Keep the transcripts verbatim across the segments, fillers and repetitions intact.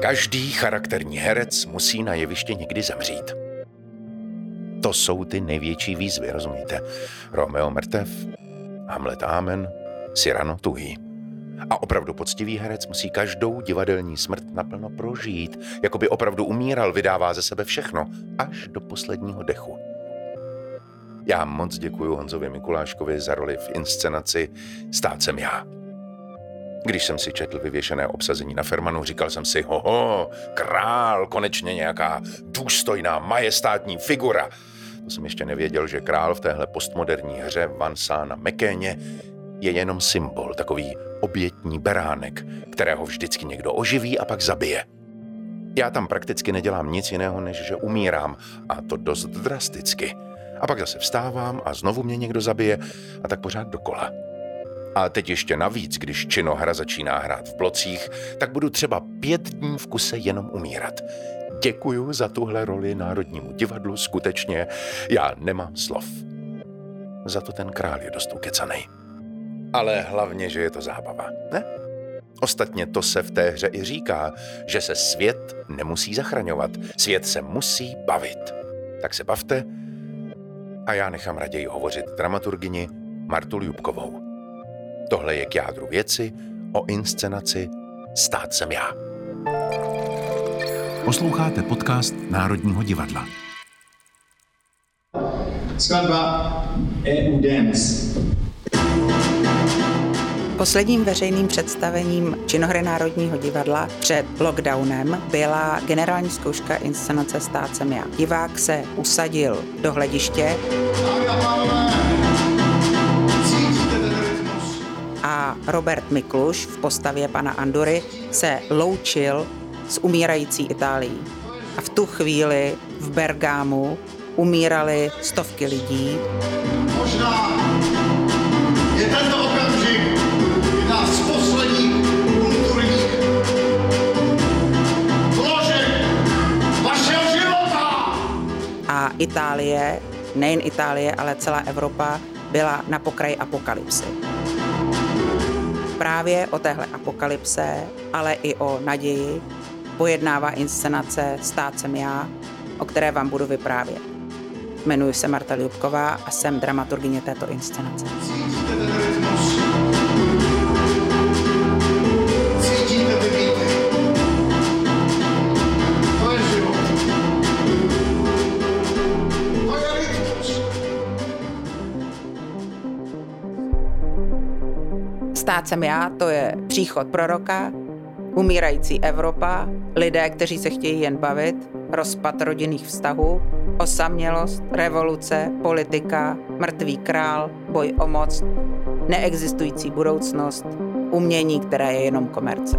Každý charakterní herec musí na jevišti někdy zemřít. To jsou ty největší výzvy, rozumíte? Romeo mrtev, Hamlet amen, Cyrano tuhý. A opravdu poctivý herec musí každou divadelní smrt naplno prožít, jako by opravdu umíral, vydává ze sebe všechno, až do posledního dechu. Já moc děkuju Honzovi Mikuláškovi za roli v inscenaci Stát jsem já. Když jsem si četl vyvěšené obsazení na Fermanu, říkal jsem si, hoho, král, konečně nějaká důstojná, majestátní figura. To jsem ještě nevěděl, že král v téhle postmoderní hře Vincenta Macaigne je jenom symbol, takový obětní beránek, kterého vždycky někdo oživí a pak zabije. Já tam prakticky nedělám nic jiného, než že umírám, a to dost drasticky. A pak zase vstávám a znovu mě někdo zabije a tak pořád dokola. A teď ještě navíc, když činohra začíná hrát v blocích, tak budu třeba pět dní v kuse jenom umírat. Děkuju za tuhle roli Národnímu divadlu, skutečně, já nemám slov. Za to ten král je dost ukecanej. Ale hlavně, že je to zábava, ne? Ostatně to se v té hře i říká, že se svět nemusí zachraňovat, svět se musí bavit. Tak se bavte a já nechám raději hovořit dramaturgyni Martu Ljubkovou. Tohle je k jádru věci o inscenaci Stát jsem já. Posloucháte podcast Národního divadla. Skladba E U Dance. Posledním veřejným představením činohry Národního divadla před lockdownem byla generální zkouška inscenace Stát jsem já. Divák se usadil do hlediště a Robert Mikluš v postavě pana Andury se loučil s umírající Itálií. A v tu chvíli v Bergámu umírali stovky lidí. Možná je tento okamžik jedna z posledních kulturních vložek vašeho života. A Itálie, nejen Itálie, ale celá Evropa byla na pokraji apokalypsy. Právě o téhle apokalypse, ale i o naději pojednává inscenace Stát jsem já, o které vám budu vyprávět. Jmenuji se Marta Ljubková a jsem dramaturgyně této inscenace. Cítíte ten rytmus? Cítíte ty beaty? To je život. To je rytmus. Stát jsem já, to je příchod proroka, umírající Evropa, lidé, kteří se chtějí jen bavit, rozpad rodinných vztahů, osamělost, revoluce, politika, mrtvý král, boj o moc, neexistující budoucnost, umění, které je jenom komerce.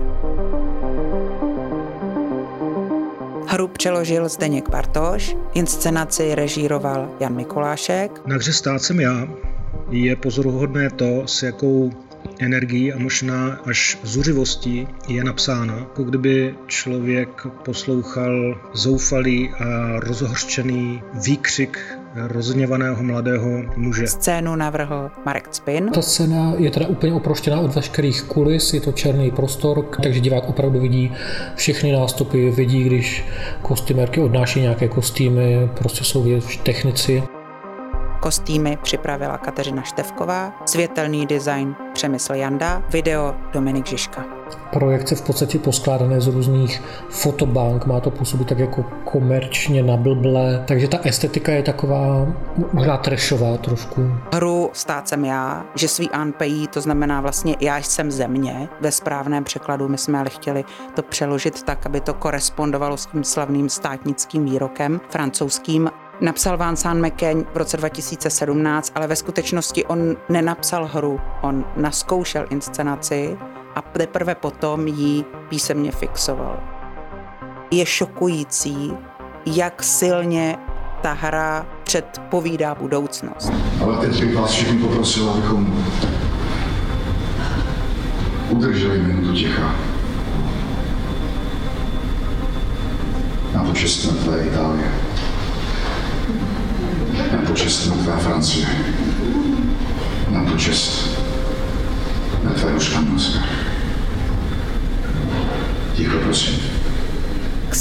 Hru přeložil Zdeněk Bartoš, inscenaci režíroval Jan Mikulášek. Na hře Stát jsem já je pozoruhodné to, s jakou energií a možná až zuřivostí je napsána, jako kdyby člověk poslouchal zoufalý a rozhořčený výkřik rozhněvaného mladého muže. Scénu navrhl Marek Cpin. Ta scéna je teda úplně oproštěná od veškerých kulis, je to černý prostor, takže divák opravdu vidí všechny nástupy, vidí, když kostymérky odnáší nějaké kostýmy, prostě jsou vidět technici. Kostýmy připravila Kateřina Števková, světelný design Přemysl Janda, video Dominik Žižka. Projekce v podstatě poskládané z různých fotobank, má to působit tak jako komerčně nablblé, takže ta estetika je taková možná trashová trošku. Hru Stát jsem já, že svý un pays, to znamená vlastně já jsem země, ve správném překladu my jsme ale chtěli to přeložit tak, aby to korespondovalo s tím slavným státnickým výrokem francouzským. Napsal Vincent Macaigne v roce dva tisíce sedmnáct, ale ve skutečnosti on nenapsal hru, on naskoušel inscenaci a teprve potom ji písemně fixoval. Je šokující, jak silně ta hra předpovídá budoucnost. Ale teď bych vás všechny poprosil, abychom udrželi minutu ticha. Na počest mrtvé Itálie. Na počest mrtvé Francie. Na počest mrtvého Španělska. Ticho, prosím.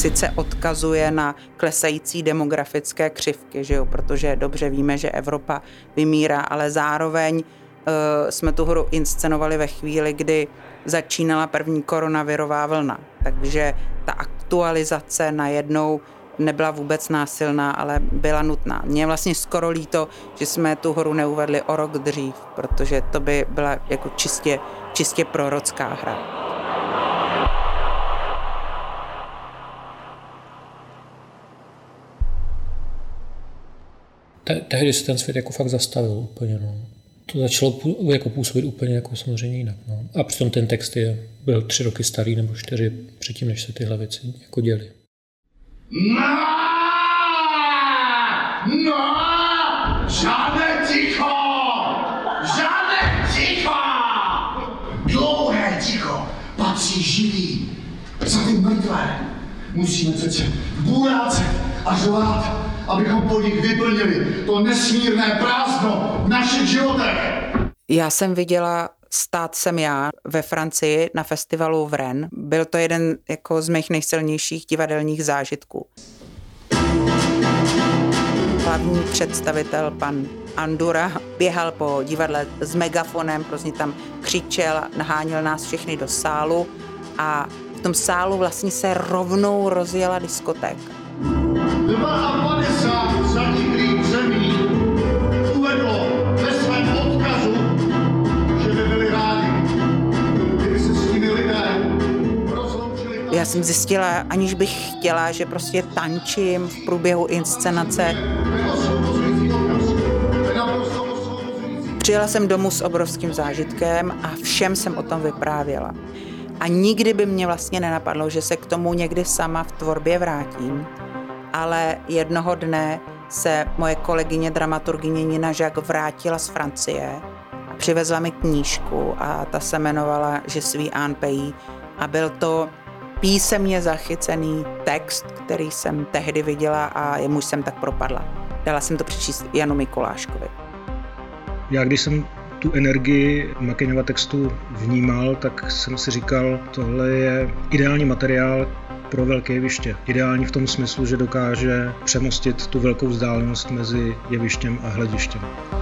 sice odkazuje na klesající demografické křivky, že jo, protože dobře víme, že Evropa vymírá, ale zároveň uh, jsme tu hru inscenovali ve chvíli, kdy začínala první koronavirová vlna. Takže ta aktualizace najednou nebyla vůbec násilná, ale byla nutná. Mně vlastně skoro líto, že jsme tu hru neuvedli o rok dřív, protože to by byla jako čistě, čistě prorocká hra. Te- tehdy se ten svět jako fakt zastavil úplně, no. To začalo jako působit úplně jako samozřejmě jinak, no. A přitom ten text je, byl tři roky starý nebo čtyři předtím, než se tyhle věci jako děly. No! No! Žádné ticho! Žádné ticho! Dlouhé ticho patří živý. Za ty mrtvé musíme přece bůráce a řvát, abychom po nich vyplnili to nesmírné prázdno v našich životech. Já jsem viděla Stát jsem já ve Francii na festivalu v Rennes. Byl to jeden jako z mých nejsilnějších divadelních zážitků. Hlavní představitel, pan Andura, běhal po divadle s megafonem, prostě tam křičel, naháněl nás všechny do sálu a v tom sálu vlastně se rovnou rozjela diskotéka. padesát dva zaniklých zemí uvedlo ve svém odkazu, že by byli rádi, kdyby se s nimi lidé rozloučili. Já jsem zjistila, aniž bych chtěla, že prostě tančím v průběhu inscenace. Přijela jsem domů s obrovským zážitkem a všem jsem o tom vyprávěla. A nikdy by mě vlastně nenapadlo, že se k tomu někdy sama v tvorbě vrátím. Ale jednoho dne se moje kolegyně dramaturgyně Nina Jacques vrátila z Francie a přivezla mi knížku a ta se jmenovala Je suis un pays a byl to písemně zachycený text, který jsem tehdy viděla a jemuž jsem tak propadla. Dala jsem to přečíst Janu Mikuláškovi. Já když jsem tu energii Makeňova textu vnímal, tak jsem si říkal, tohle je ideální materiál pro velké jeviště. Ideální v tom smyslu, že dokáže přemostit tu velkou vzdálenost mezi jevištěm a hledištěm.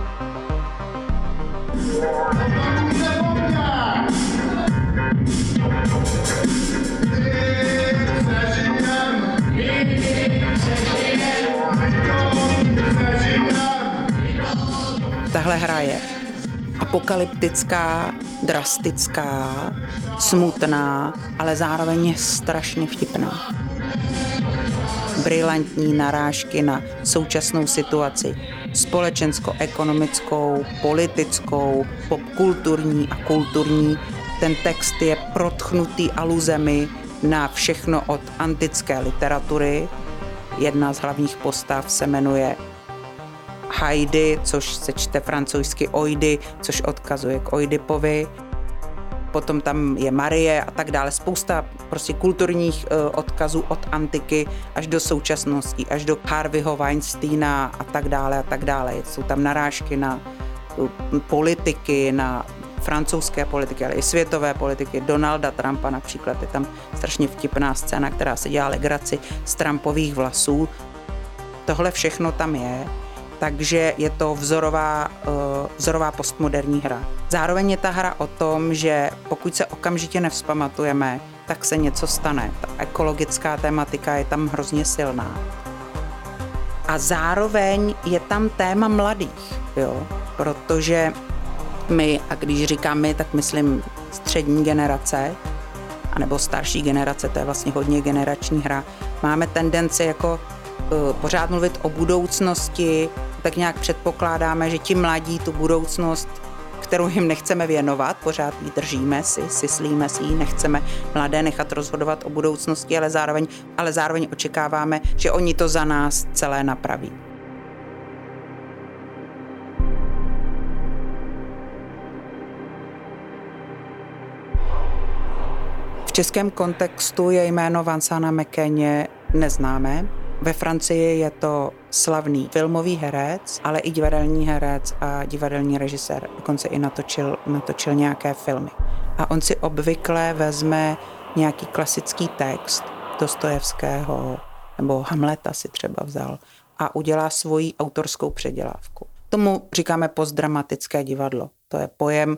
Tahle hra je apokalyptická, drastická, smutná, ale zároveň strašně vtipná. Brilantní narážky na současnou situaci, společensko-ekonomickou, politickou, popkulturní a kulturní. Ten text je protchnutý aluzemi na všechno od antické literatury. Jedna z hlavních postav se jmenuje Heidi, což se čte francouzsky Oidy, což odkazuje k Oidipovi. Potom tam je Marie a tak dále. Spousta prostě kulturních uh, odkazů od antiky až do současnosti, až do Harveyho Weinsteina a tak dále a tak dále. Jsou tam narážky na uh, politiky, na francouzské politiky, ale i světové politiky. Donalda Trumpa například. Je tam strašně vtipná scéna, která se dělá legraci z Trumpových vlasů. Tohle všechno tam je. Takže je to vzorová, uh, vzorová postmoderní hra. Zároveň je ta hra o tom, že pokud se okamžitě nevzpamatujeme, tak se něco stane. Ta ekologická tematika je tam hrozně silná. A zároveň je tam téma mladých, jo? Protože my, a když říkám my, tak myslím střední generace, anebo starší generace, to je vlastně hodně generační hra, máme tendenci jako uh, pořád mluvit o budoucnosti, tak nějak předpokládáme, že ti mladí tu budoucnost, kterou jim nechceme věnovat, pořád ji držíme si, syslíme si ji, nechceme mladé nechat rozhodovat o budoucnosti, ale zároveň, ale zároveň očekáváme, že oni to za nás celé napraví. V českém kontextu je jméno Vincenta Macaigne neznámé. Ve Francii je to slavný filmový herec, ale i divadelní herec a divadelní režisér. Dokonce i natočil, natočil nějaké filmy. A on si obvykle vezme nějaký klasický text Dostojevského nebo Hamleta si třeba vzal a udělá svoji autorskou předělávku. Tomu říkáme postdramatické divadlo. To je pojem,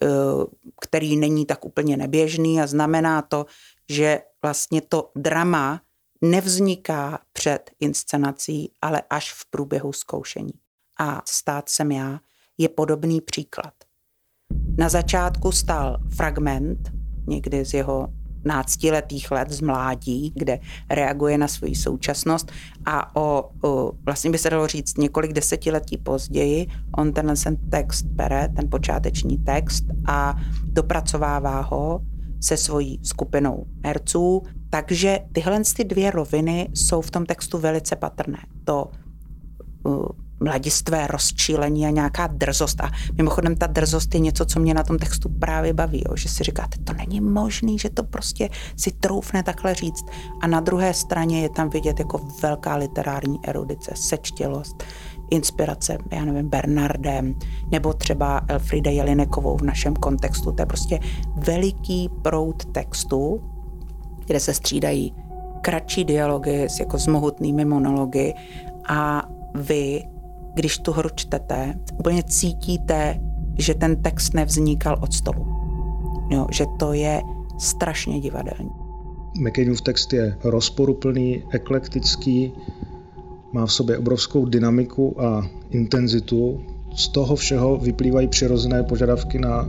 který není tak úplně neběžný a znamená to, že vlastně to drama nevzniká před inscenací, ale až v průběhu zkoušení. A Stát jsem já je podobný příklad. Na začátku stál fragment, někdy z jeho náctiletých let z mládí, kde reaguje na svoji současnost a o, o vlastně by se dalo říct několik desetiletí později on tenhle ten text bere, ten počáteční text a dopracovává ho se svojí skupinou herců, takže tyhle ty dvě roviny jsou v tom textu velice patrné. To uh, mladistvé rozčílení a nějaká drzost. A mimochodem ta drzost je něco, co mě na tom textu právě baví, jo? Že si říkáte, to není možný, že to prostě si troufne takhle říct. A na druhé straně je tam vidět jako velká literární erudice, sečtělost, inspirace, já nevím, Bernardem, nebo třeba Elfriede Jelinekovou v našem kontextu. To je prostě veliký proud textu, kde se střídají kratší dialogy s, jako s mohutnými monology a vy, když tu hru čtete, úplně cítíte, že ten text nevznikal od stolu. Jo, že to je strašně divadelní. McCainův text je rozporuplný, eklektický, má v sobě obrovskou dynamiku a intenzitu. Z toho všeho vyplývají přirozené požadavky na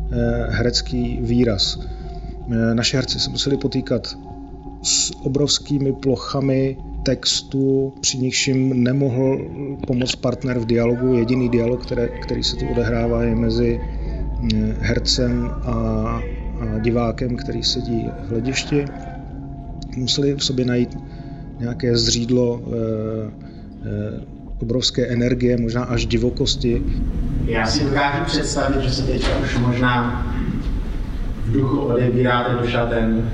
herecký výraz. Naši herci se museli potýkat s obrovskými plochami textu, při nichž jim nemohl pomoct partner v dialogu. Jediný dialog, které, který se tu odehrává, je mezi hercem a, a divákem, který sedí v hledišti. Museli v sobě najít nějaké zřídlo e, e, obrovské energie, možná až divokosti. Já si dokážu představit, že se teďka už možná v duchu odebíráte do šaten,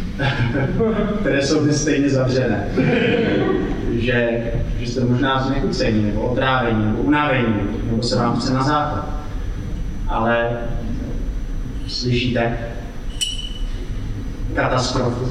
které jsou dnes stejně zavřené. že, že jste možná znechucení, nebo otrávení, nebo unavení, nebo se vám chce na záchod. Ale slyšíte katastrofu.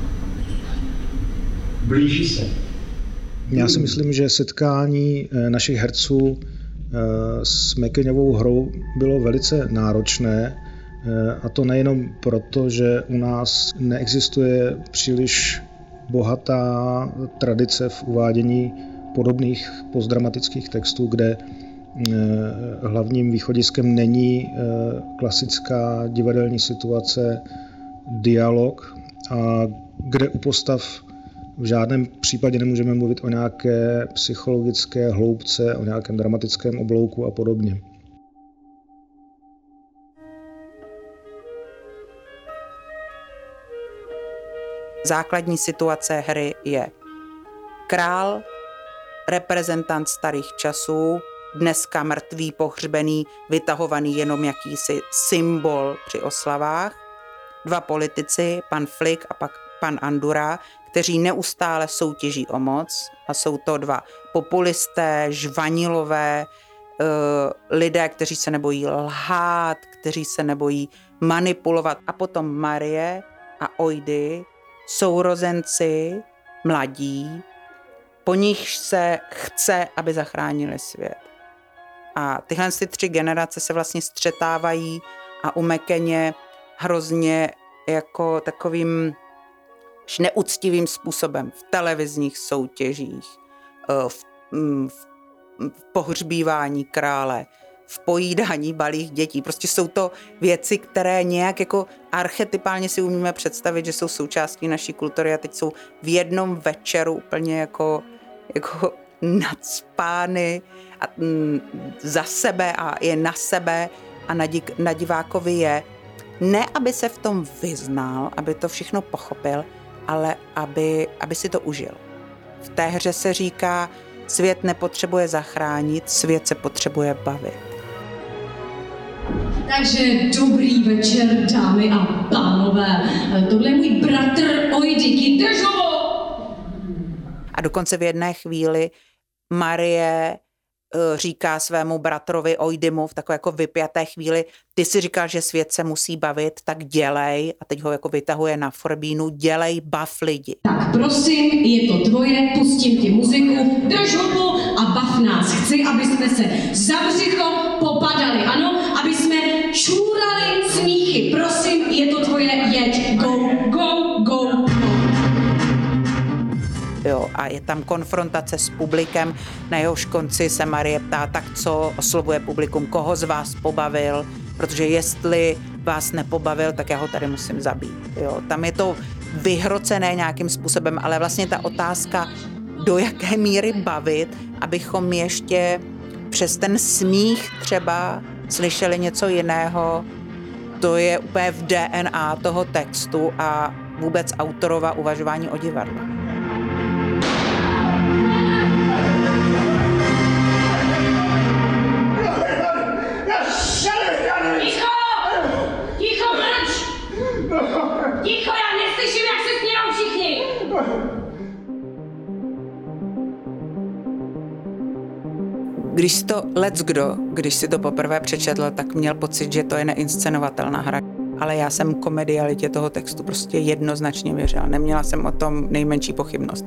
Blíží se. Já si myslím, že setkání našich herců s McCainovou hrou bylo velice náročné. A to nejenom proto, že u nás neexistuje příliš bohatá tradice v uvádění podobných postdramatických textů, kde hlavním východiskem není klasická divadelní situace, dialog, a kde u postav v žádném případě nemůžeme mluvit o nějaké psychologické hloubce, o nějakém dramatickém oblouku a podobně. Základní situace hry je král, reprezentant starých časů, dneska mrtvý, pohřbený, vytahovaný jenom jakýsi symbol při oslavách, dva politici, pan Flick a pak pan Andura, kteří neustále soutěží o moc a jsou to dva populisté, žvanilové, lidé, kteří se nebojí lhát, kteří se nebojí manipulovat. A potom Marie a Ojdy, sourozenci, mladí, po nich se chce, aby zachránili svět. A tyhle ty tři generace se vlastně střetávají a u McCaině hrozně jako takovým neúctivým způsobem v televizních soutěžích, v, v, v pohřbívání krále, v pojídání malých dětí. Prostě jsou to věci, které nějak jako archetypálně si umíme představit, že jsou součástí naší kultury a teď jsou v jednom večeru úplně jako, jako nacpány a, m, za sebe a je na sebe a na, dík, na divákovi je ne, aby se v tom vyznal, aby to všechno pochopil, ale aby, aby si to užil. V té hře se říká, svět nepotřebuje zachránit, svět se potřebuje bavit. Takže dobrý večer, dámy a pánové. Tohle je můj bratr Ojdy, držovo! A dokonce v jedné chvíli Marie říká svému bratrovi Oydimu v takové jako vypjaté chvíli, ty si říkal, že svět se musí bavit, tak dělej, a teď ho jako vytahuje na forbínu, dělej, bav lidi. Tak prosím, je to tvoje, pustím ti muziku, drž hubu a bav nás. Chci, aby jsme se za břicho popadali, ano, aby jsme čůrali smíchy. Prosím, je to tvoje, jeď, go, go, go, go. Jo, a je tam konfrontace s publikem, na jehož konci se Marie ptá, tak co, oslovuje publikum, koho z vás pobavil, protože jestli vás nepobavil, tak já ho tady musím zabít. Jo, tam je to vyhrocené nějakým způsobem, ale vlastně ta otázka, do jaké míry bavit, abychom ještě přes ten smích třeba slyšeli něco jiného, to je úplně v D N A toho textu a vůbec autorova uvažování o divadle. Ticho! Ticho, mlč! Ticho, já neslyším, jak se smějou všichni! Když si to leckdo, když si to poprvé přečetl, tak měl pocit, že to je neinscenovatelná hra. Ale já jsem komedialitě toho textu prostě jednoznačně věřila. Neměla jsem o tom nejmenší pochybnost.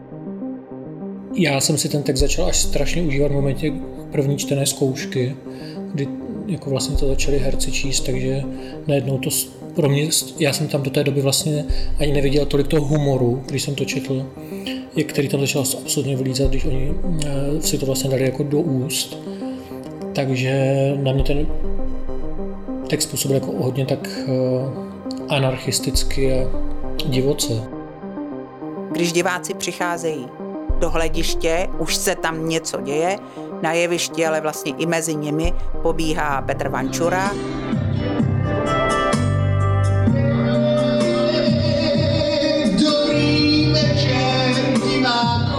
Já jsem si ten text začal až strašně užívat v momentě první čtené zkoušky, kdy jako vlastně to začali herci číst, takže najednou to pro mě, já jsem tam do té doby vlastně ani neviděl tolik toho humoru, když jsem to četl, který tam začal absolutně vylízat, když oni si to vlastně dali jako do úst. Takže na mě ten text působil jako hodně tak anarchisticky a divoce. Když diváci přicházejí do hlediště, už se tam něco děje, na jevišti, ale vlastně i mezi nimi pobíhá Petr Vančura. Dobrý večer, diváku.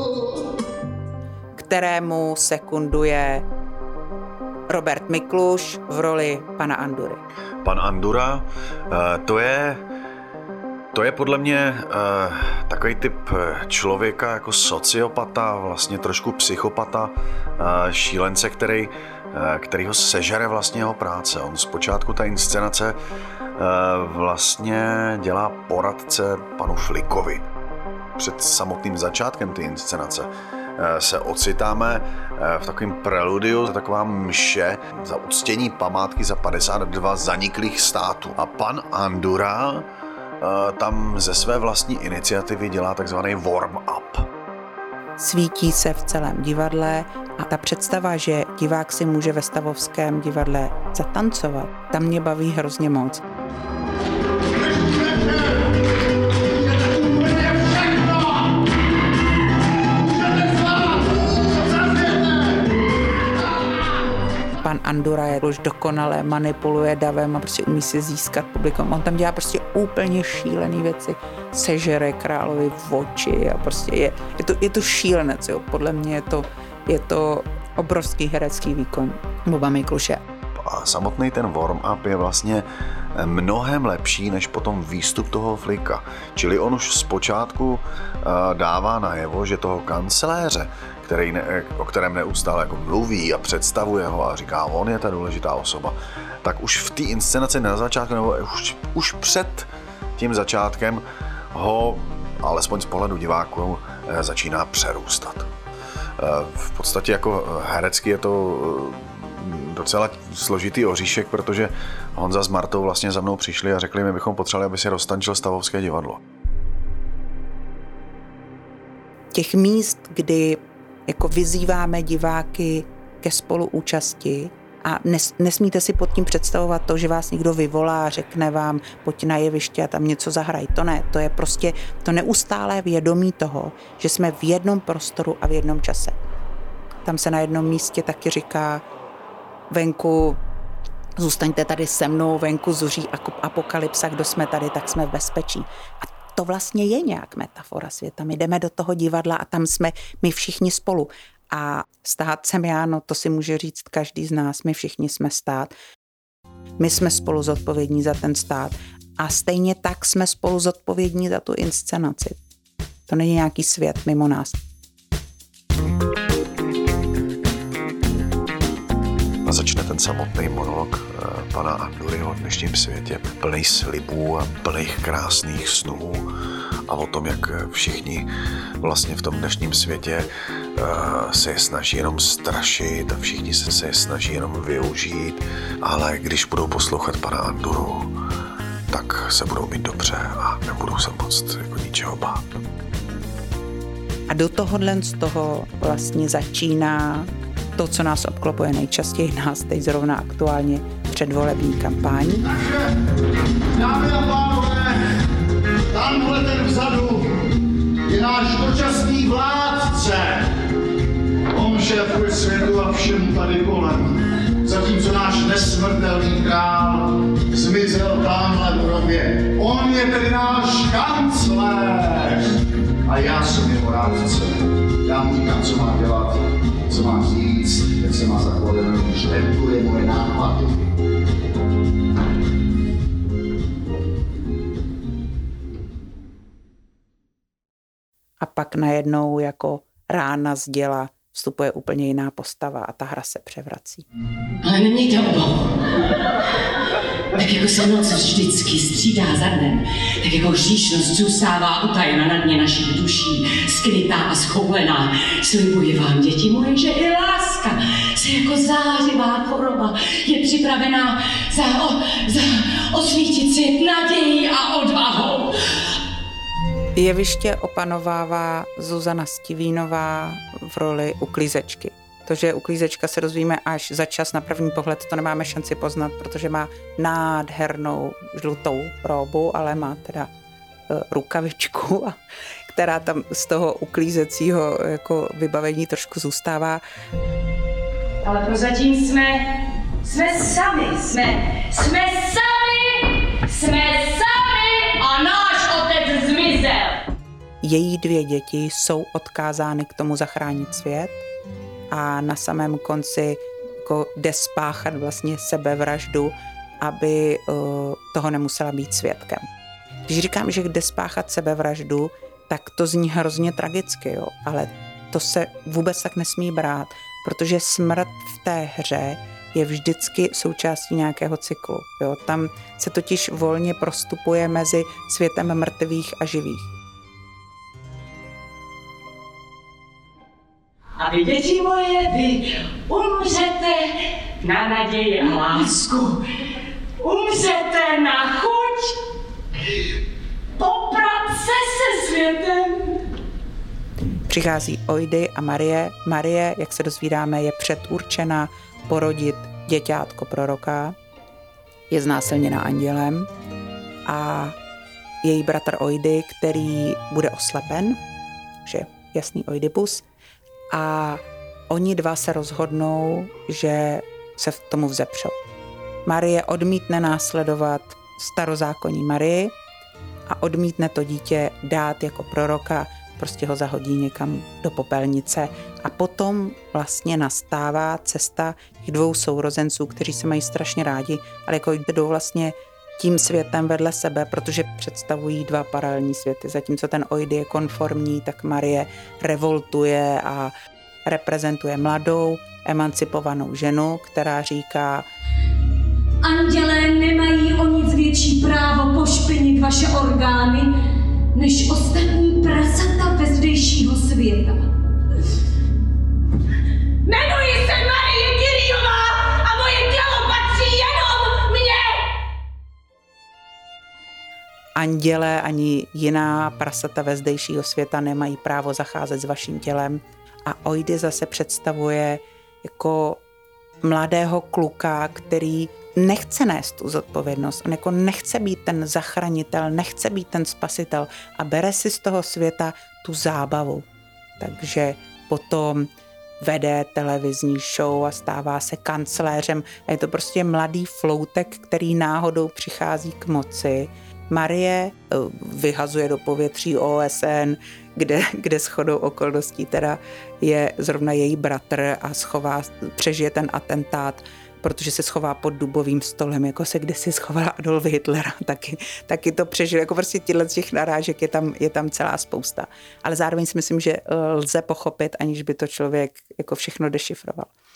Kterému sekunduje Robert Mikluš v roli pana Andury. Pan Andura, to je To je podle mě uh, takový typ člověka jako sociopata, vlastně trošku psychopata, uh, šílence, který, uh, který ho sežere vlastně jeho práce. On zpočátku ta inscenace uh, vlastně dělá poradce panu Flikovi. Před samotným začátkem té inscenace uh, se ocitáme uh, v takovém preludiu, taková mše za uctění památky za padesát dva zaniklých států. A pan Andura tam ze své vlastní iniciativy dělá takzvaný warm-up. Svítí se v celém divadle a ta představa, že divák si může ve Stavovském divadle zatancovat, tam mě baví hrozně moc. Pan Andura je už dokonale manipuluje davem a prostě umí si získat publikum. On tam dělá prostě úplně šílený věci. Sežere královi v oči a prostě je, je, to, je to šílenec, jo. Podle mě je to, je to obrovský herecký výkon Boba Mikluše. A samotný ten warm-up je vlastně mnohem lepší než potom výstup toho Flika. Čili on už zpočátku dává najevo, že toho kancléře, který ne, o kterém neustále jako mluví a představuje ho a říká, on je ta důležitá osoba, tak už v té inscenaci na začátku, nebo už, už před tím začátkem ho, alespoň z pohledu diváků, začíná přerůstat. V podstatě jako herecky je to docela složitý oříšek, protože Honza s Martou vlastně za mnou přišli a řekli, my bychom potřebovali, aby si roztančil Stavovské divadlo. Těch míst, kdy jako vyzýváme diváky ke spoluúčasti a nes, nesmíte si pod tím představovat to, že vás někdo vyvolá a řekne vám, pojď na jeviště a tam něco zahraj. To ne, to je prostě to neustálé vědomí toho, že jsme v jednom prostoru a v jednom čase. Tam se na jednom místě taky říká, venku zůstaňte tady se mnou, venku zuří apokalypsa, kdo jsme tady, tak jsme v bezpečí. A to vlastně je nějak metafora světa. My jdeme do toho divadla a tam jsme my všichni spolu. A stát jsem já, no to si může říct každý z nás, my všichni jsme stát. My jsme spolu zodpovědní za ten stát a stejně tak jsme spolu zodpovědní za tu inscenaci. To není nějaký svět mimo nás. samotný monolog pana Andury o dnešním světě, plný slibů a plných krásných snů a o tom, jak všichni vlastně v tom dnešním světě se je snaží jenom strašit a všichni se, se je snaží jenom využít, ale když budou poslouchat pana Anduru, tak se budou mít dobře a nebudou se moc jako ničeho bát. A do tohohle z toho vlastně začíná to, co nás obklopuje nejčastěji, nás teď zrovna aktuálně předvolební kampaň. Takže, dámy a pánové, tamhle ten vzadu je náš dočasný vládce. On šéfuje světu a všem tady kolem. Zatímco náš nesmrtelný král zmizel tamhle v hrobě. On je tedy náš kancléř. A já jsem jeho rádce. Já mu říkám, co má dělat, co má říct, jak se má zachovat, když rentuje moje nápady. A pak najednou jako rána z děla vstupuje úplně jiná postava a ta hra se převrací. Ale nemějte obavu. Tak jako se noc vždycky střídá za dnem, tak jako hříšnost zůstává utajena na dně našich duší, skrytá a schoulená. Slibuji vám, děti moje, že i láska se jako zářivá choroba je připravená za, o, za osvítit svět nadějí a odvahou. Jeviště opanovává Zuzana Stivínová v roli uklízečky. To, že uklízečka se dozvíme až za čas, na první pohled to nemáme šanci poznat, protože má nádhernou žlutou róbu, ale má teda uh, rukavičku, která tam z toho uklízecího jako vybavení trošku zůstává. Ale prozatím jsme, jsme sami, jsme, jsme sami, jsme sami a náš otec zmizel. Její dvě děti jsou odkázány k tomu zachránit svět a na samém konci jako jde spáchat vlastně sebevraždu, aby uh, toho nemusela být svědkem. Když říkám, že jde spáchat sebevraždu, tak to zní hrozně tragicky, jo? Ale to se vůbec tak nesmí brát, protože smrt v té hře je vždycky součástí nějakého cyklu. Jo? Tam se totiž volně prostupuje mezi světem mrtvých a živých. A vy, děti moje, vy umřete na naději a lásku. Umřete na chuť poprat se se světem. Přichází Ojdy a Marie. Marie, jak se dozvídáme, je předurčena porodit děťátko proroka. Je znásilněna andělem a její bratr Ojdy, který bude oslepen, že jasný Oidipus, a oni dva se rozhodnou, že se v tomu vzepřou. Marie odmítne následovat starozákonní Marii a odmítne to dítě dát jako proroka, prostě ho zahodí někam do popelnice a potom vlastně nastává cesta těch dvou sourozenců, kteří se mají strašně rádi, ale jako jdou vlastně tím světem vedle sebe, protože představují dva paralelní světy. Zatímco ten Oid je konformní, tak Marie revoltuje a reprezentuje mladou, emancipovanou ženu, která říká: Andělé nemají o nic větší právo pošpinit vaše orgány, než ostatní prasata ve zdejšího světa. Jmenuji se Marie Kyrilová a moje tělo patří jenom mně! Andělé ani jiná prasata ve zdejšího světa nemají právo zacházet s vaším tělem. A Oidy zase představuje jako mladého kluka, který nechce nést tu zodpovědnost. On jako nechce být ten zachranitel, nechce být ten spasitel a bere si z toho světa tu zábavu. Takže potom vede televizní show a stává se kancléřem. A je to prostě mladý floutek, který náhodou přichází k moci. Marie vyhazuje do povětří O S N, kde, kde shodou okolností teda je zrovna její bratr a schová, přežije ten atentát, protože se schová pod dubovým stolem, jako se kdysi schovala Adolf Hitler, taky, taky to přežil. Jako prostě těchto těch narážek je tam, je tam celá spousta. Ale zároveň si myslím, že lze pochopit, aniž by to člověk jako všechno dešifroval.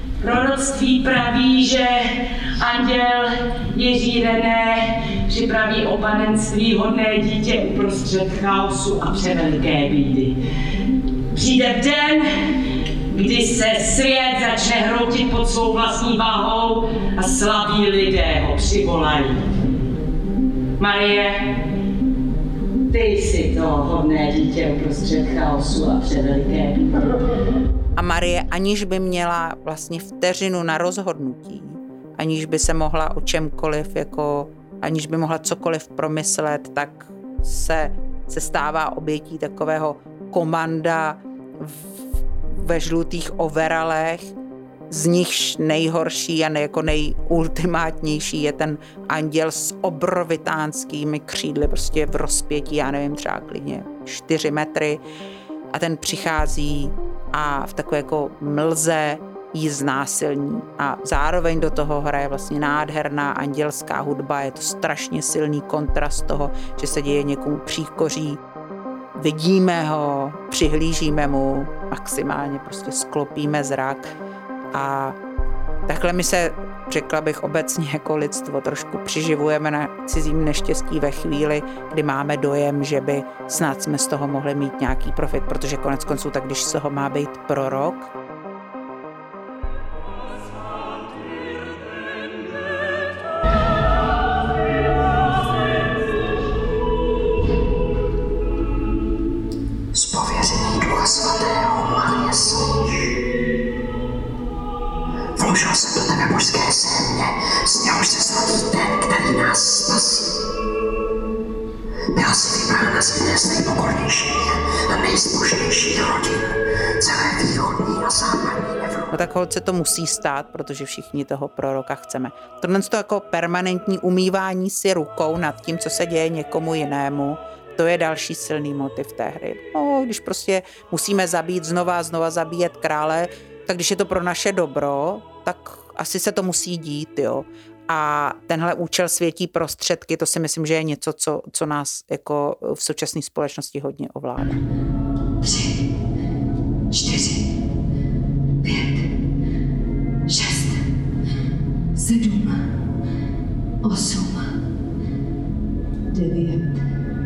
Proroctví praví, že anděl Jiří René připraví o panenství hodné dítě uprostřed chaosu a převeliké bídy. Přijde v den, kdy se svět začne hroutit pod svou vlastní váhou a slabí lidé ho přivolají. Marie, ty jsi to hodné dítě uprostřed chaosu a převeliké bídy. A Marie, aniž by měla vlastně vteřinu na rozhodnutí, aniž by se mohla o čemkoliv, jako, aniž by mohla cokoliv promyslet, tak se, se stává obětí takového komanda v, ve žlutých overalech, z nichž nejhorší a ne, jako nejultimátnější je ten anděl s obrovitánskými křídly, prostě v rozpětí, já nevím, třeba klidně čtyři metry, a ten přichází a v takové jako mlze jí znásilní. A zároveň do toho hraje vlastně nádherná andělská hudba, je to strašně silný kontrast toho, že se děje někomu příkoří. Vidíme ho, přihlížíme mu, maximálně prostě sklopíme zrak a takhle my se, řekla bych obecně jako lidstvo, trošku přiživujeme na cizím neštěstí ve chvíli, kdy máme dojem, že by snad jsme z toho mohli mít nějaký profit, protože konec konců, tak když z toho má být prorok, z pověření Ducha Svatého, Marie, slyš. Vložil jsem do tebe božské země, z něhož se svatý ten, který nás spasí. Byla si vybrána z jedné z nejpokornějších a nejzbožnějších rodin celé východní a západní Evropy. No tak holce to musí stát, protože všichni toho proroka chceme. Tohle to jako permanentní umývání si rukou nad tím, co se děje někomu jinému, to je další silný motiv té hry. No, když prostě musíme zabít znova a znova zabíjet krále, tak když je to pro naše dobro, tak asi se to musí dít, jo. A tenhle účel světí prostředky, to si myslím, že je něco, co, co nás jako v současné společnosti hodně ovládá. Tři, čtyři, pět, šest, sedm, osm, devět.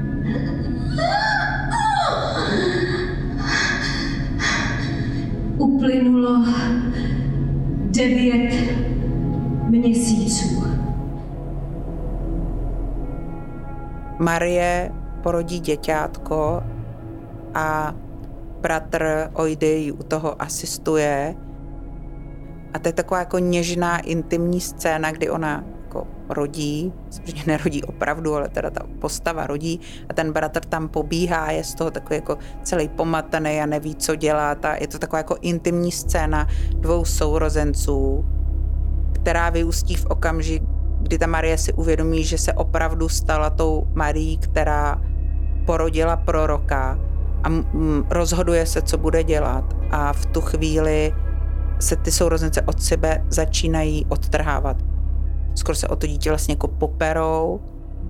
Uplynulo devět měsíců. Marie porodí děťátko a bratr Oidej u toho asistuje. A to je taková jako něžná, intimní scéna, kdy ona jako rodí, samozřejmě nerodí opravdu, ale teda ta postava rodí a ten bratr tam pobíhá, je z toho takový jako celý pomatený a neví, co dělat a je to taková jako intimní scéna dvou sourozenců, která vyústí v okamžik, kdy ta Marie si uvědomí, že se opravdu stala tou Marií, která porodila proroka a rozhoduje se, co bude dělat a v tu chvíli se ty sourozence od sebe začínají odtrhávat. Skoro se o to dítě vlastně jako poperou.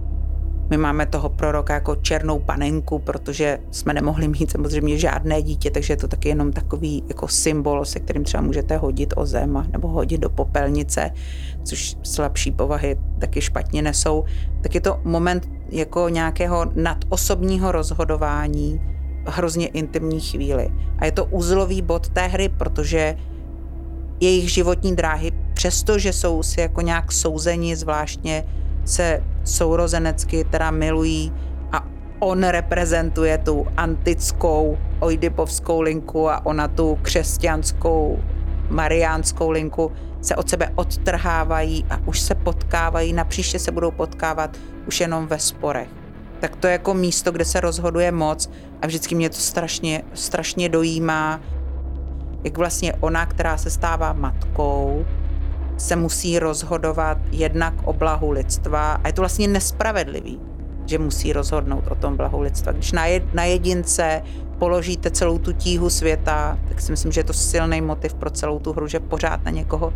My máme toho proroka jako černou panenku, protože jsme nemohli mít samozřejmě žádné dítě, takže je to taky jenom takový jako symbol, se kterým třeba můžete hodit o zem nebo hodit do popelnice, což slabší povahy taky špatně nesou. Tak je to moment jako nějakého nadosobního rozhodování, hrozně intimní chvíli. A je to uzlový bod té hry, protože jejich životní dráhy, přestože jsou si jako nějak souzeni, zvláštně se sourozenecky teda milují a on reprezentuje tu antickou oidipovskou linku a ona tu křesťanskou mariánskou linku, se od sebe odtrhávají a už se potkávají, napříště se budou potkávat už jenom ve sporech. Tak to je jako místo, kde se rozhoduje moc a vždycky mě to strašně, strašně dojímá, jak vlastně ona, která se stává matkou, se musí rozhodovat jednak o blahu lidstva a je to vlastně nespravedlivý, že musí rozhodnout o tom blahu lidstva. Když na, jed, na jedince položíte celou tu tíhu světa, tak si myslím, že je to silný motiv pro celou tu hru, že pořád na někoho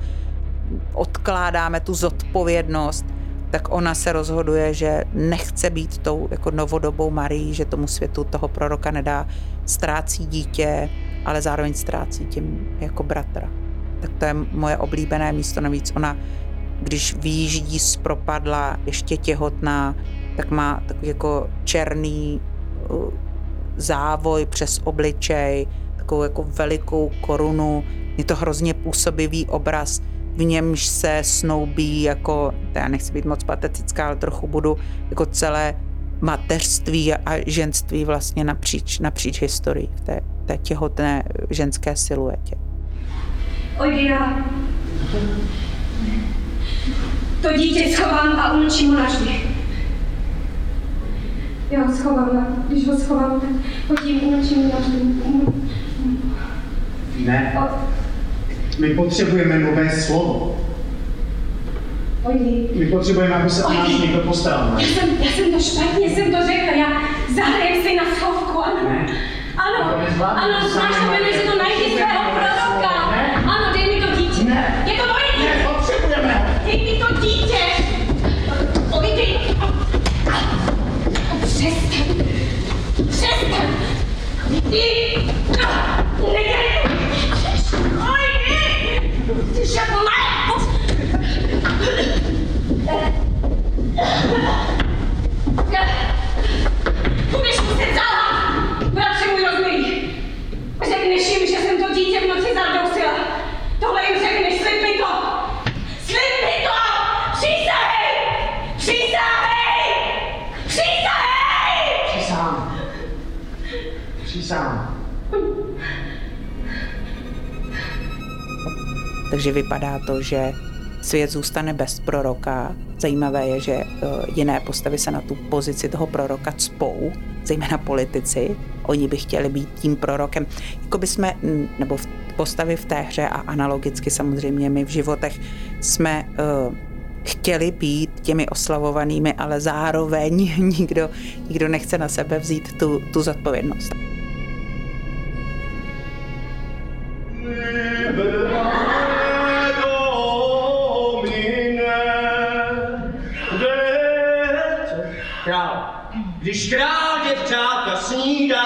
odkládáme tu zodpovědnost, tak ona se rozhoduje, že nechce být tou jako novodobou Marií, že tomu světu toho proroka nedá, ztrácí dítě, ale zároveň ztrácí tím jako bratra. tak to je moje oblíbené místo. Navíc ona, když vyjíždí z propadla, ještě těhotná, tak má takový jako černý závoj přes obličej, takovou jako velikou korunu. Je to hrozně působivý obraz, v němž se snoubí jako, já nechci být moc patetická, ale trochu budu, jako celé mateřství a ženství vlastně napříč, napříč historií v té, té těhotné ženské siluetě. Ojdina, to dítě schovám a umlčím ho navždy. Já ho schovám, když ho schovám, tak hodím, umlčím ho navždy. Ne, my potřebujeme nové slovo. Ojdi. My potřebujeme, aby se o nás někdo postaral. Já jsem, já jsem to špatně, jsem to řekla, já zahrajem si na schovku, ano. Ne. Ano, ano, znáš to jmenuje, že to najdi svého proroka. Ano, dej mi to dítě. Ne. Je to moje dítě. Ne, potřebujeme. Dej mi to dítě. Ojdi. Přestaň. Přestaň. Ojdi. Nedělej. Ojdi. Ty šakolé. Budeš muset zalhat, bratře můj rozmilý. Řekneš jim, že jsem to dítě v noci zardousila. Tohle jim řekneš, slib mi to. Slib mi to! Přísahej! Přísahej! Přísahej! Přísahám. Přísahám. Takže vypadá to, že svět zůstane bez proroka. Zajímavé je, že jiné postavy se na tu pozici toho proroka cpou, zejména politici. Oni by chtěli být tím prorokem. Jako by jsme, nebo postavy v té hře a analogicky samozřejmě my v životech jsme uh, chtěli být těmi oslavovanými, ale zároveň nikdo, nikdo nechce na sebe vzít tu, tu zodpovědnost. Král. Když král děvčátka snídá.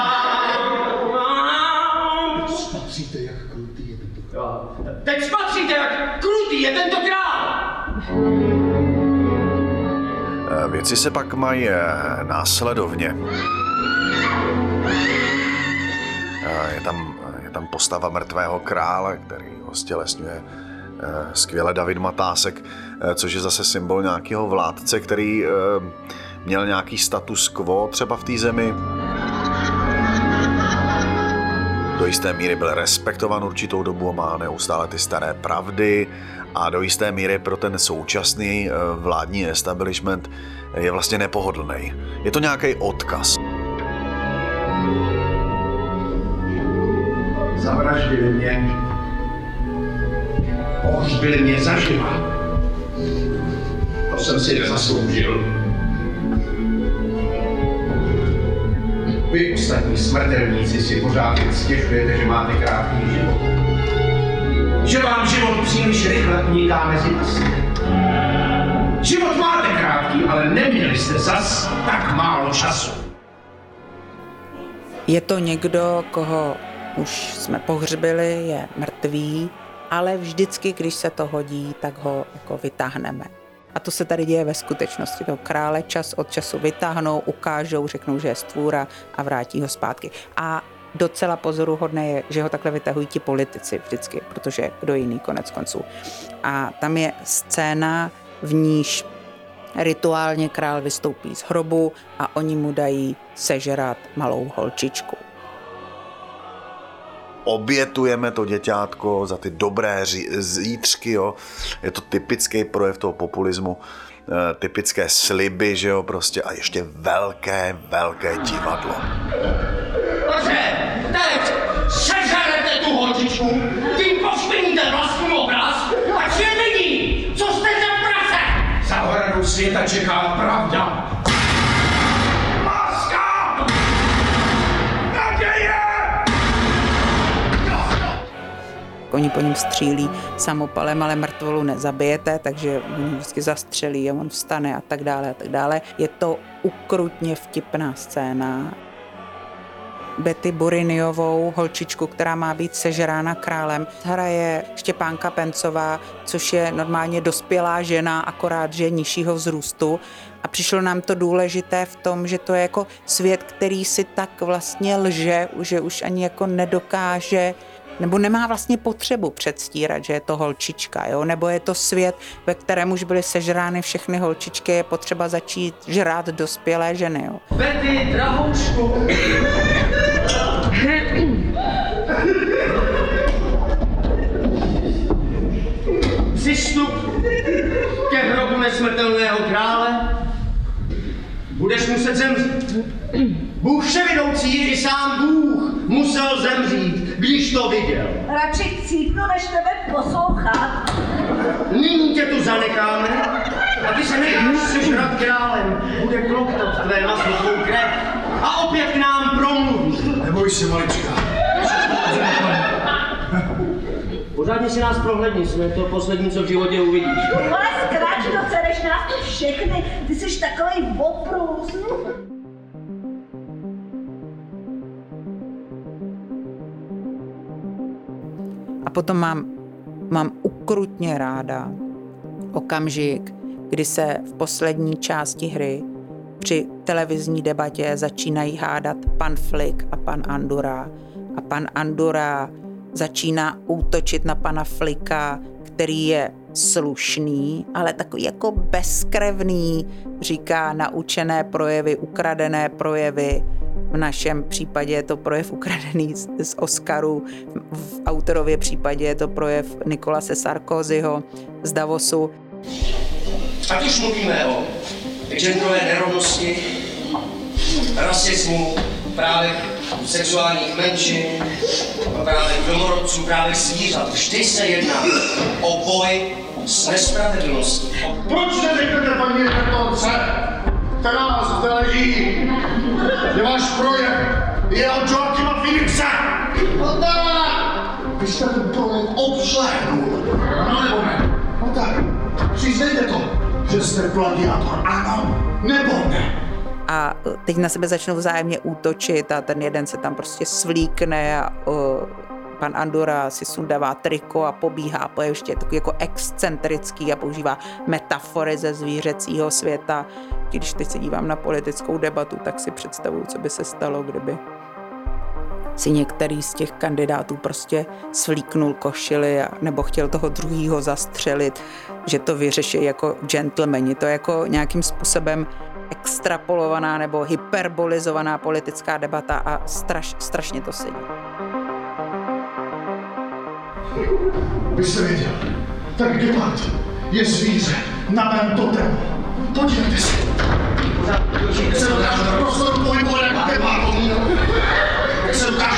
Spatříte, jak krutý je tento král. Teď spatříte, jak krutý je tento král. Věci se pak mají následovně. Je tam, je tam postava mrtvého krále, který ho stělesňuje skvěle David Matásek, což je zase symbol nějakého vládce, který měl nějaký status quo třeba v té zemi. Do jisté míry byl respektovan určitou dobu, má neustále ty staré pravdy a do jisté míry pro ten současný vládní establishment je vlastně nepohodlný. Je to nějaký odkaz. Zavraždili mě. Pohřbili mě zaživa. To jsem si nezasloužil. Vy ostatní smrtelníci si pořád stěžujete, že máte krátký život. Že vám život příliš rychle uniká mezi prsty. Život máte krátký, ale neměli jste zas tak málo času. Je to někdo, koho už jsme pohřbili, je mrtvý, ale vždycky, když se to hodí, tak ho jako vytáhneme. A to se tady děje ve skutečnosti. Toho krále čas od času vytáhnou, ukážou, řeknou, že je stvůra a vrátí ho zpátky. A docela pozoruhodné je, že ho takhle vytahují ti politici vždycky, protože kdo jiný konec konců. A tam je scéna, v níž rituálně král vystoupí z hrobu a oni mu dají sežrat malou holčičku. Obětujeme to děťátko za ty dobré zítřky, jo. Je to typický projev toho populismu, typické sliby, že jo, prostě a ještě velké, velké divadlo. Dobře, teď sežerete tu holčičku, tím pošpiníte vlastní obraz a vše vidí, co jste za prase. Za ohradou světa čeká pravda. Láska! Naděje! Oni po něm střílí samopalem, ale mrtvolu nezabijete, takže oni vždycky zastřelí a on vstane a tak dále a tak dále. Je to ukrutně vtipná scéna. Betty Buriniovou, holčičku, která má být sežrána králem. Hraje Štěpánka Pencová, což je normálně dospělá žena, akorát, že nižšího vzrůstu. A přišlo nám to důležité v tom, že to je jako svět, který si tak vlastně lže, že už ani jako nedokáže, nebo nemá vlastně potřebu předstírat, že je to holčička, jo? Nebo je to svět, ve kterém už byly sežrány všechny holčičky, je potřeba začít žrát dospělé ženy. Jo? Betty, drahoušku! Přistup ke hrobu nesmrtelného krále. Budeš muset zemřít. Bůh vševidoucí i sám Bůh musel zemřít, když to viděl. Radši chcípnu, než tebe poslouchat. Nyní tě tu zanecháme a ty se necháš sežrat králem. Bude kloktat tvé maso, tvou krev a opět k nám promluví. Neboj se, malička. Pořádně si nás prohlédni, jsme to poslední, co v životě uvidíš. Vole, zkráč, doceneš nás tu všechny, ty jsi takovej oprus. A potom mám, mám ukrutně ráda okamžik, kdy se v poslední části hry při televizní debatě začínají hádat pan Flick a pan Andura. A pan Andura začíná útočit na pana Flicka, který je slušný, ale takový jako bezkrevný, říká naučené projevy, ukradené projevy. V našem případě je to projev ukradený z, z Oscaru, v autorově případě je to projev Nicolase Sarkozyho z Davosu. Ať už mluvíme o genderové nerovnosti, rasismu, právech sexuálních menšin, právech domorodců, právech zvířat. Vždy se jedná o boj s nespravedlností. Proč neřeknete, paní redaktorce, která zde leží, že váš projev je od Joachima Phoenixe? No tak, vy jste ten projev obšlehnul. No nebo ne? No tak, přiznejte to, že jste plagiátor, ano nebo ne? A teď na sebe začnou vzájemně útočit a ten jeden se tam prostě svlíkne a uh, pan Andura si sundává triko a pobíhá po ještě takový jako excentrický a používá metafory ze zvířecího světa. Když teď se dívám na politickou debatu, tak si představuju, co by se stalo, kdyby si některý z těch kandidátů prostě svlíknul košili a, nebo chtěl toho druhýho zastřelit, že to vyřeší jako gentlemani. To je jako nějakým způsobem extrapolovaná nebo hyperbolizovaná politická debata a straš, strašně to sedí. Vy jste věděl, tak gepard je zvíře na mém totemu. Podívejte se. Jak se dokážu do prostoru pohybovat jako gepard. Jak se dokážu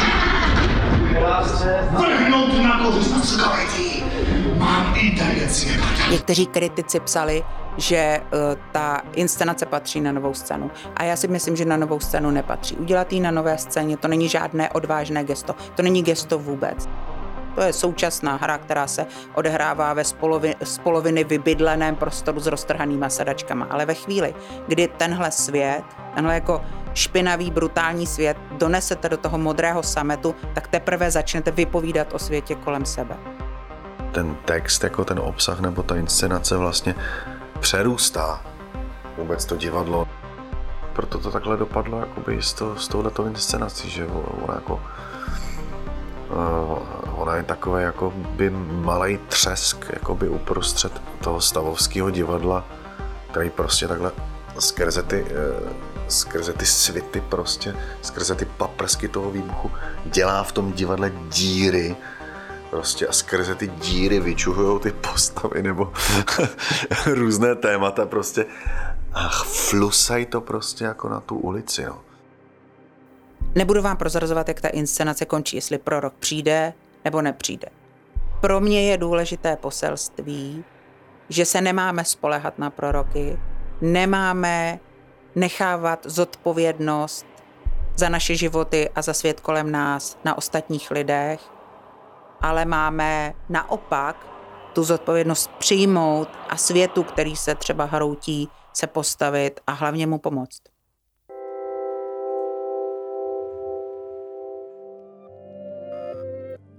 vrhnout na kořist nad skalitý. Mám inteligenci geparda. Někteří kritici psali, že uh, ta inscenace patří na Novou scénu. A já si myslím, že na Novou scénu nepatří. Udělat ji na Nové scéně, to není žádné odvážné gesto. To není gesto vůbec. To je současná hra, která se odehrává ve spolovi, z poloviny vybydleném prostoru s roztrhanýma sedačkama. Ale ve chvíli, kdy tenhle svět, tenhle jako špinavý, brutální svět donesete do toho modrého sametu, tak teprve začnete vypovídat o světě kolem sebe. Ten text, jako ten obsah nebo ta inscenace vlastně přerůstá vůbec to divadlo. Proto to takhle dopadlo jakoby s, to, s touhletou inscenací, že ona jako uh, ona je takový jakoby malej třesk jakoby uprostřed toho stavovského divadla, který prostě takhle skrze ty, uh, skrze ty svity prostě, skrze ty paprsky toho výbuchu dělá v tom divadle díry prostě a skrze ty díry vyčuhujou ty postavy nebo různé témata prostě a flusají to prostě jako na tu ulici, no. Nebudu vám prozrazovat, jak ta inscenace končí, jestli prorok přijde nebo nepřijde. Pro mě je důležité poselství, že se nemáme spoléhat na proroky, nemáme nechávat zodpovědnost za naše životy a za svět kolem nás na ostatních lidech, ale máme naopak tu zodpovědnost přijmout a světu, který se třeba hroutí, se postavit a hlavně mu pomoct.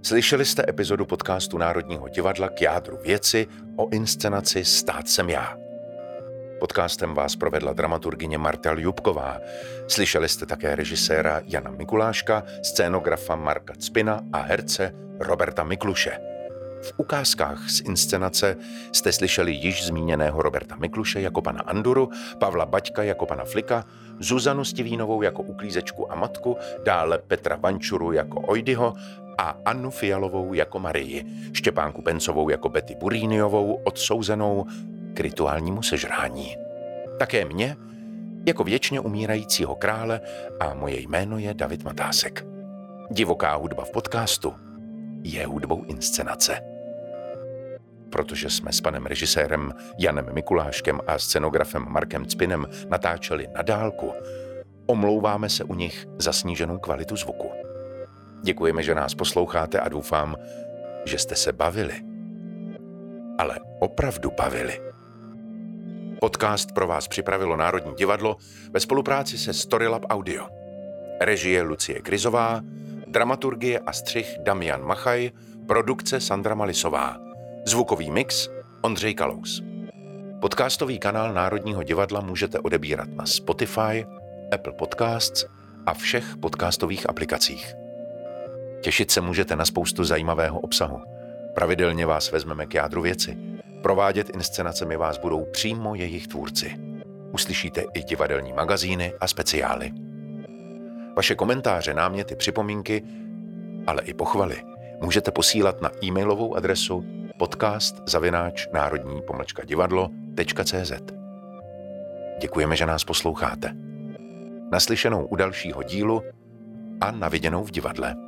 Slyšeli jste epizodu podcastu Národního divadla K jádru věci o inscenaci Stát jsem já. Podcastem vás provedla dramaturgyně Marta Ljubková. Slyšeli jste také režiséra Jana Mikuláška, scénografa Marka Cpina a herce Roberta Mikluše. V ukázkách z inscenace jste slyšeli již zmíněného Roberta Mikluše jako pana Anduru, Pavla Baťka jako pana Flika, Zuzanu Stivínovou jako uklízečku a matku, dále Petra Vančuru jako Ojdyho a Annu Fialovou jako Marii, Štěpánku Pencovou jako Betty Buriniovou, odsouzenou k rituálnímu sežrání. Také mě jako věčně umírajícího krále a moje jméno je David Matásek. Divoká hudba v podcastu je hudbou inscenace. Protože jsme s panem režisérem Janem Mikuláškem a scenografem Markem Cpinem natáčeli na dálku, omlouváme se u nich za sníženou kvalitu zvuku. Děkujeme, že nás posloucháte a doufám, že jste se bavili. Ale opravdu bavili. Podcast pro vás připravilo Národní divadlo ve spolupráci se Storylab Audio. Režie Lucie Krizová, dramaturgie a střih Damian Machaj, produkce Sandra Malisová, zvukový mix Ondřej Kalous. Podcastový kanál Národního divadla můžete odebírat na Spotify, Apple Podcasts a všech podcastových aplikacích. Těšit se můžete na spoustu zajímavého obsahu. Pravidelně vás vezmeme k jádru věci. Provádět inscenacemi vás budou přímo jejich tvůrci. Uslyšíte i divadelní magazíny a speciály. Vaše komentáře, náměty, připomínky, ale i pochvaly můžete posílat na e-mailovou adresu podcast zavináč národní pomlčka divadlo tečka cé zet. Děkujeme, že nás posloucháte. Naslyšenou u dalšího dílu a na viděnou v divadle.